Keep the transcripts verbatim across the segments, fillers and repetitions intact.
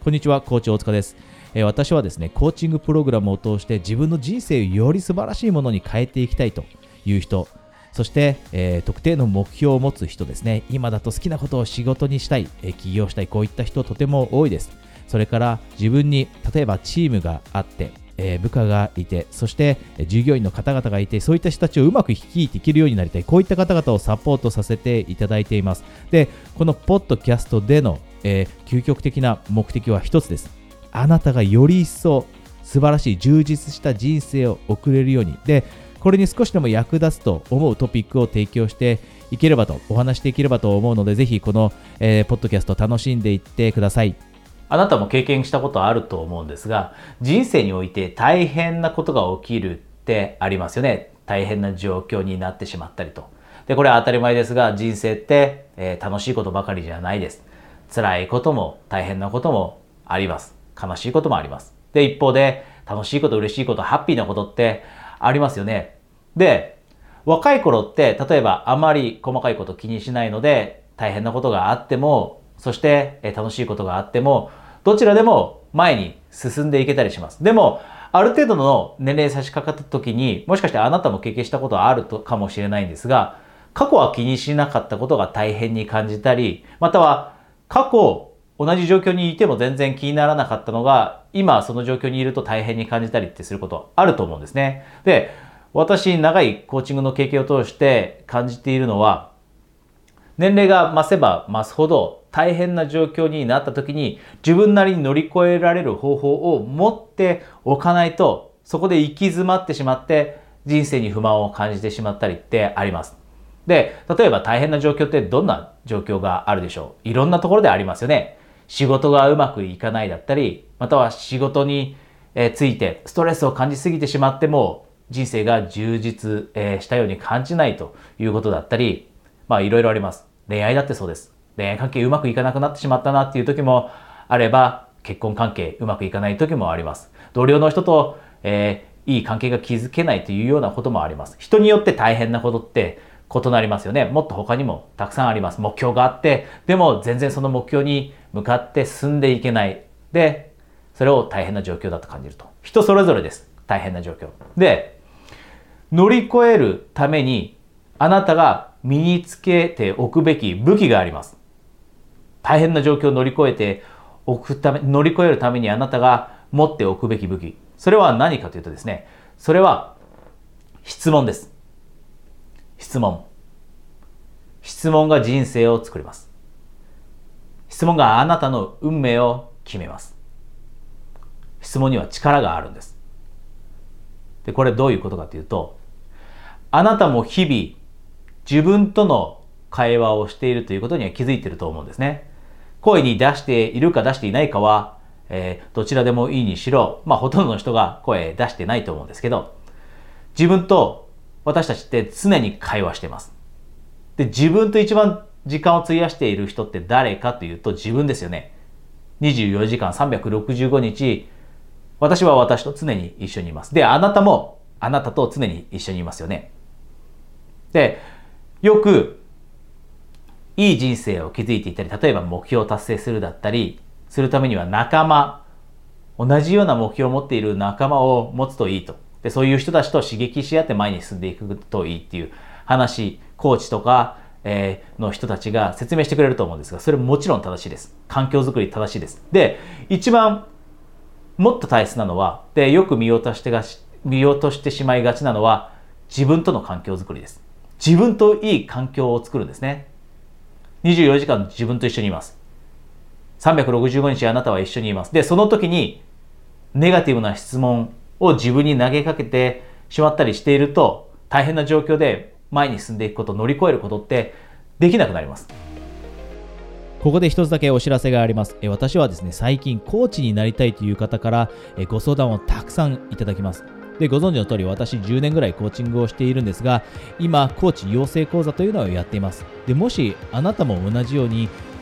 こんにちは、コーチ大塚です。えー、私はですね、コーチングプログラムを通して自分の人生をより素晴らしいものに変えていきたいという人、そして、えー、特定の目標を持つ人ですね。今だと好きなことを仕事にしたい、えー、起業したい、こういった人とても多いです。それから自分に例えばチームがあって、えー、部下がいて、そして従業員の方々がいて、そういった人たちをうまく率いていけるようになりたい、こういった方々をサポートさせていただいています。で、このポッドキャストでの、えー、究極的な目的は一つです。あなたがより一層素晴らしい充実した人生を送れるように、でこれに少しでも役立つと思うトピックを提供していければと、お話していければと思うので、ぜひこの、えー、ポッドキャスト楽しんでいってください。あなたも経験したことあると思うんですが、人生において大変なことが起きるってありますよね。大変な状況になってしまったりと。で、これは当たり前ですが、人生って、えー、楽しいことばかりじゃないです。辛いことも大変なこともあります。悲しいこともあります。で、一方で楽しいこと、嬉しいこと、ハッピーなことってありますよね。で、若い頃って例えばあまり細かいこと気にしないので、大変なことがあっても、そして楽しいことがあっても、どちらでも前に進んでいけたりします。でも、ある程度の年齢に差し掛かった時に、もしかしてあなたも経験したことはあるかもしれないんですが、過去は気にしなかったことが大変に感じたり、または過去同じ状況にいても全然気にならなかったのが、今その状況にいると大変に感じたりってすることあると思うんですね。で、私長いコーチングの経験を通して感じているのは、年齢が増せば増すほど大変な状況になった時に自分なりに乗り越えられる方法を持っておかないと、そこで行き詰まってしまって人生に不満を感じてしまったりってあります。で、例えば大変な状況ってどんな状況があるでしょう。いろんなところでありますよね。仕事がうまくいかないだったり、または仕事についてストレスを感じすぎてしまっても人生が充実したように感じないということだったり、まあいろいろあります。恋愛だってそうです。恋愛関係うまくいかなくなってしまったなっていう時もあれば、結婚関係うまくいかない時もあります。同僚の人と、えー、いい関係が築けないというようなこともあります。人によって大変なことって異なりますよね。もっと他にもたくさんあります。目標があって、でも全然その目標に向かって進んでいけない。で、それを大変な状況だと感じると。人それぞれです。大変な状況。で、乗り越えるためにあなたが身につけておくべき武器があります。大変な状況を乗り越えておくため、乗り越えるためにあなたが持っておくべき武器。それは何かというとですね、それは質問です。質問。質問が人生を作ります。質問があなたの運命を決めます。質問には力があるんです。で、これどういうことかというと、あなたも日々自分との会話をしているということには気づいていると思うんですね。声に出しているか出していないかは、えー、どちらでもいいにしろ、まあほとんどの人が声出してないと思うんですけど、自分と私たちって常に会話しています。で、自分と一番時間を費やしている人って誰かというと自分ですよね。にじゅうよじかんさんびゃくろくじゅうごにち、私は私と常に一緒にいます。で、あなたもあなたと常に一緒にいますよね。で、よくいい人生を築いていったり、例えば目標を達成するだったりするためには仲間、同じような目標を持っている仲間を持つといいと。で、そういう人たちと刺激し合って前に進んでいくといいっていう話、コーチとか、えー、の人たちが説明してくれると思うんですが、それももちろん正しいです。環境づくり正しいです。で、一番もっと大切なのは、で、よく見落としてがし、見落としてしまいがちなのは、自分との環境づくりです。自分といい環境を作るんですね。にじゅうよじかん自分と一緒にいます。さんびゃくろくじゅうごにちあなたは一緒にいます。で、その時にネガティブな質問を自分に投げかけてしまったりしていると、大変な状況で前に進んでいくこと、乗り越えることってできなくなります。ここで一つだけお知らせがあります。私はですね、最近コーチになりたいという方からご相談をたくさんいただきます。で、ご存知の通り私じゅうねんぐらいコーチングをしているんですが、今コーチ養成講座というのをやっています。で、もしあなたも同じように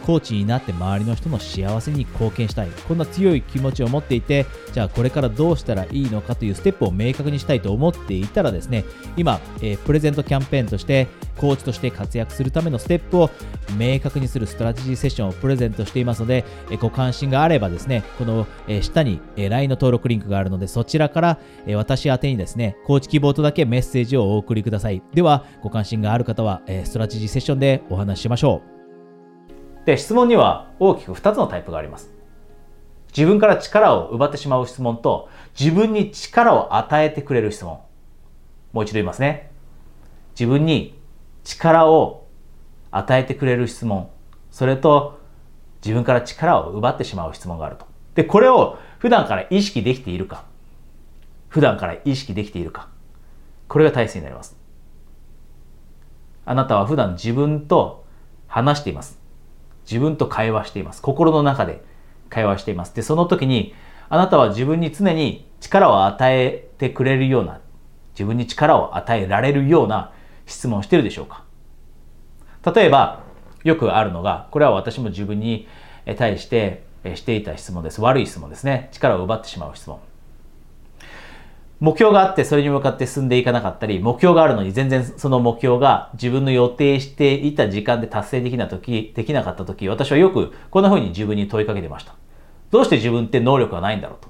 コーチになって周りの人の幸せに貢献したい、こんな強い気持ちを持っていて、じゃあこれからどうしたらいいのかというステップを明確にしたいと思っていたらですね、今、えー、プレゼントキャンペーンとしてコーチとして活躍するためのステップを明確にするストラテジーセッションをプレゼントしていますので、えー、ご関心があればですね、この、えー、下に、えー、ライン の登録リンクがあるので、そちらから、えー、私宛てにですね、コーチ希望とだけメッセージをお送りください。では、ご関心がある方は、えー、ストラテジーセッションでお話ししましょう。で、質問には大きくふたつのタイプがあります。自分から力を奪ってしまう質問と、自分に力を与えてくれる質問。もう一度言いますね。自分に力を与えてくれる質問。それと、自分から力を奪ってしまう質問があると。で、これを普段から意識できているか。普段から意識できているか。これが大切になります。あなたは普段自分と話しています。自分と会話しています。心の中で会話しています。で、その時にあなたは自分に常に力を与えてくれるような、自分に力を与えられるような質問をしているでしょうか。例えば、よくあるのが、これは私も自分に対してしていた質問です。悪い質問ですね。力を奪ってしまう質問。目標があってそれに向かって進んでいかなかったり、目標があるのに全然その目標が自分の予定していた時間で達成できな時、できなかった時、私はよくこんな風に自分に問いかけてました。どうして自分って能力がないんだろうと。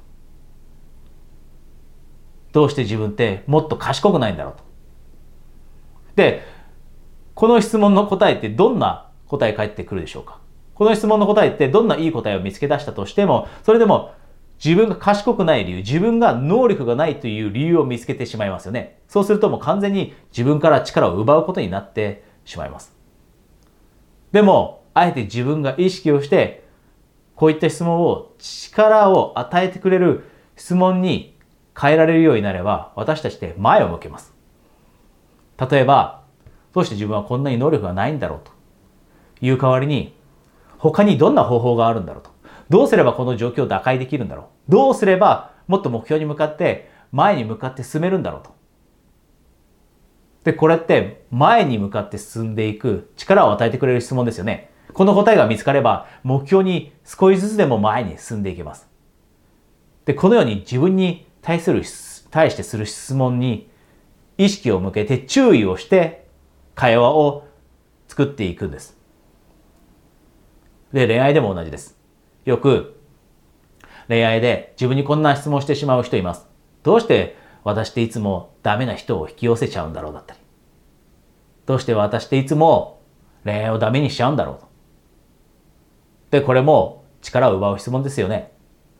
どうして自分ってもっと賢くないんだろうと。で、この質問の答えってどんな答え返ってくるでしょうか。この質問の答えってどんないい答えを見つけ出したとしても、それでも自分が賢くない理由、自分が能力がないという理由を見つけてしまいますよね。そうするともう完全に自分から力を奪うことになってしまいます。でも、あえて自分が意識をして、こういった質問を力を与えてくれる質問に変えられるようになれば、私たちって前を向けます。例えば、どうして自分はこんなに能力がないんだろうという代わりに、他にどんな方法があるんだろうと。どうすればこの状況を打開できるんだろう。どうすればもっと目標に向かって前に向かって進めるんだろうと。で、これって前に向かって進んでいく力を与えてくれる質問ですよね。この答えが見つかれば目標に少しずつでも前に進んでいけます。で、このように自分に対する、対してする質問に意識を向けて注意をして会話を作っていくんです。で、恋愛でも同じです。よく恋愛で自分にこんな質問をしてしまう人います。どうして私っていつもダメな人を引き寄せちゃうんだろうだったり。どうして私っていつも恋愛をダメにしちゃうんだろうと。で、これも力を奪う質問ですよね。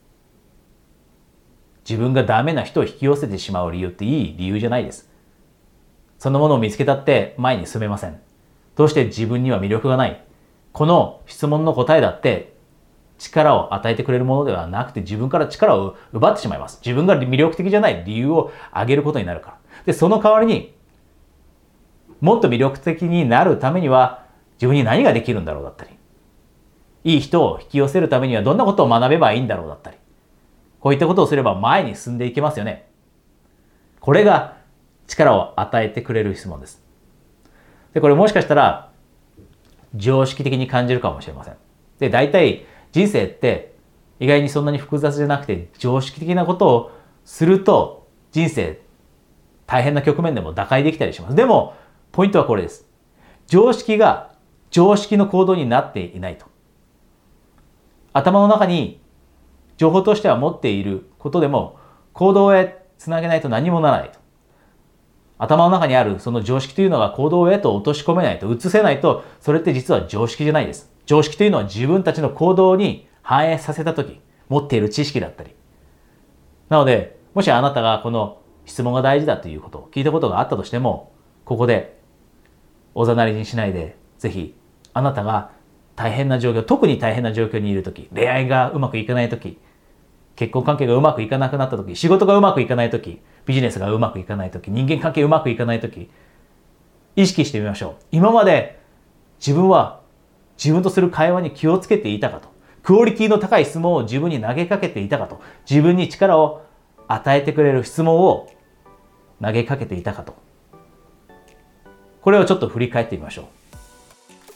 自分がダメな人を引き寄せてしまう理由っていい理由じゃないです。そのものを見つけたって前に進めません。どうして自分には魅力がない。この質問の答えだって力を与えてくれるものではなくて自分から力を奪ってしまいます。自分が魅力的じゃない理由を挙げることになるから。で、その代わりにもっと魅力的になるためには自分に何ができるんだろうだったり、いい人を引き寄せるためにはどんなことを学べばいいんだろうだったり、こういったことをすれば前に進んでいけますよね。これが力を与えてくれる質問です。で、これもしかしたら常識的に感じるかもしれません。で、大体人生って意外にそんなに複雑じゃなくて常識的なことをすると人生大変な局面でも打開できたりします。でもポイントはこれです。常識が常識の行動になっていないと。頭の中に情報としては持っていることでも行動へつなげないと何もならないと。頭の中にあるその常識というのが行動へと落とし込めないと、移せないと、それって実は常識じゃないです。常識というのは自分たちの行動に反映させたとき、持っている知識だったり。なので、もしあなたがこの質問が大事だということを聞いたことがあったとしても、ここでおざなりにしないで、ぜひあなたが大変な状況、特に大変な状況にいるとき、恋愛がうまくいかないとき、結婚関係がうまくいかなくなったとき、仕事がうまくいかないとき、ビジネスがうまくいかないとき、人間関係うまくいかないとき、意識してみましょう。今まで自分は自分とする会話に気をつけていたかと、クオリティの高い質問を自分に投げかけていたかと、自分に力を与えてくれる質問を投げかけていたかと、これをちょっと振り返ってみましょう。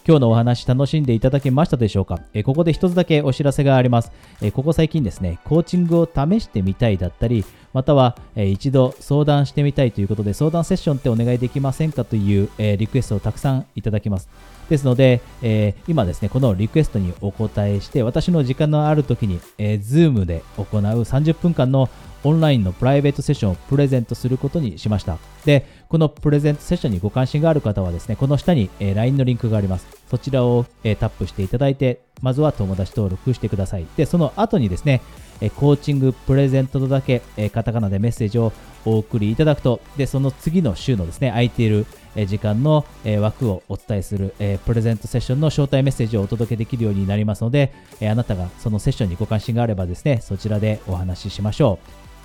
今日のお話楽しんでいただけましたでしょうか。えーここで一つだけお知らせがあります。えーここ最近ですね、コーチングを試してみたいだったり、または、えー一度相談してみたいということで、相談セッションってお願いできませんかという、えーリクエストをたくさんいただきます。ですので、えー今ですね、このリクエストにお答えして、私の時間のある時に、えー、Zoom で行うさんじゅっぷんかんのオンラインのプライベートセッションをプレゼントすることにしました。で、このプレゼントセッションにご関心がある方はですね、この下に、えー ライン のリンクがあります。そちらを、えータップしていただいて、まずは友達登録してください。で、その後にですね、えーコーチングプレゼントとだけ、えーカタカナでメッセージをお送りいただくと、で、その次の週のですね、空いているえー時間の、えー枠をお伝えする、えープレゼントセッションの招待メッセージをお届けできるようになりますので、えーあなたがそのセッションにご関心があればですね、そちらでお話ししましょう。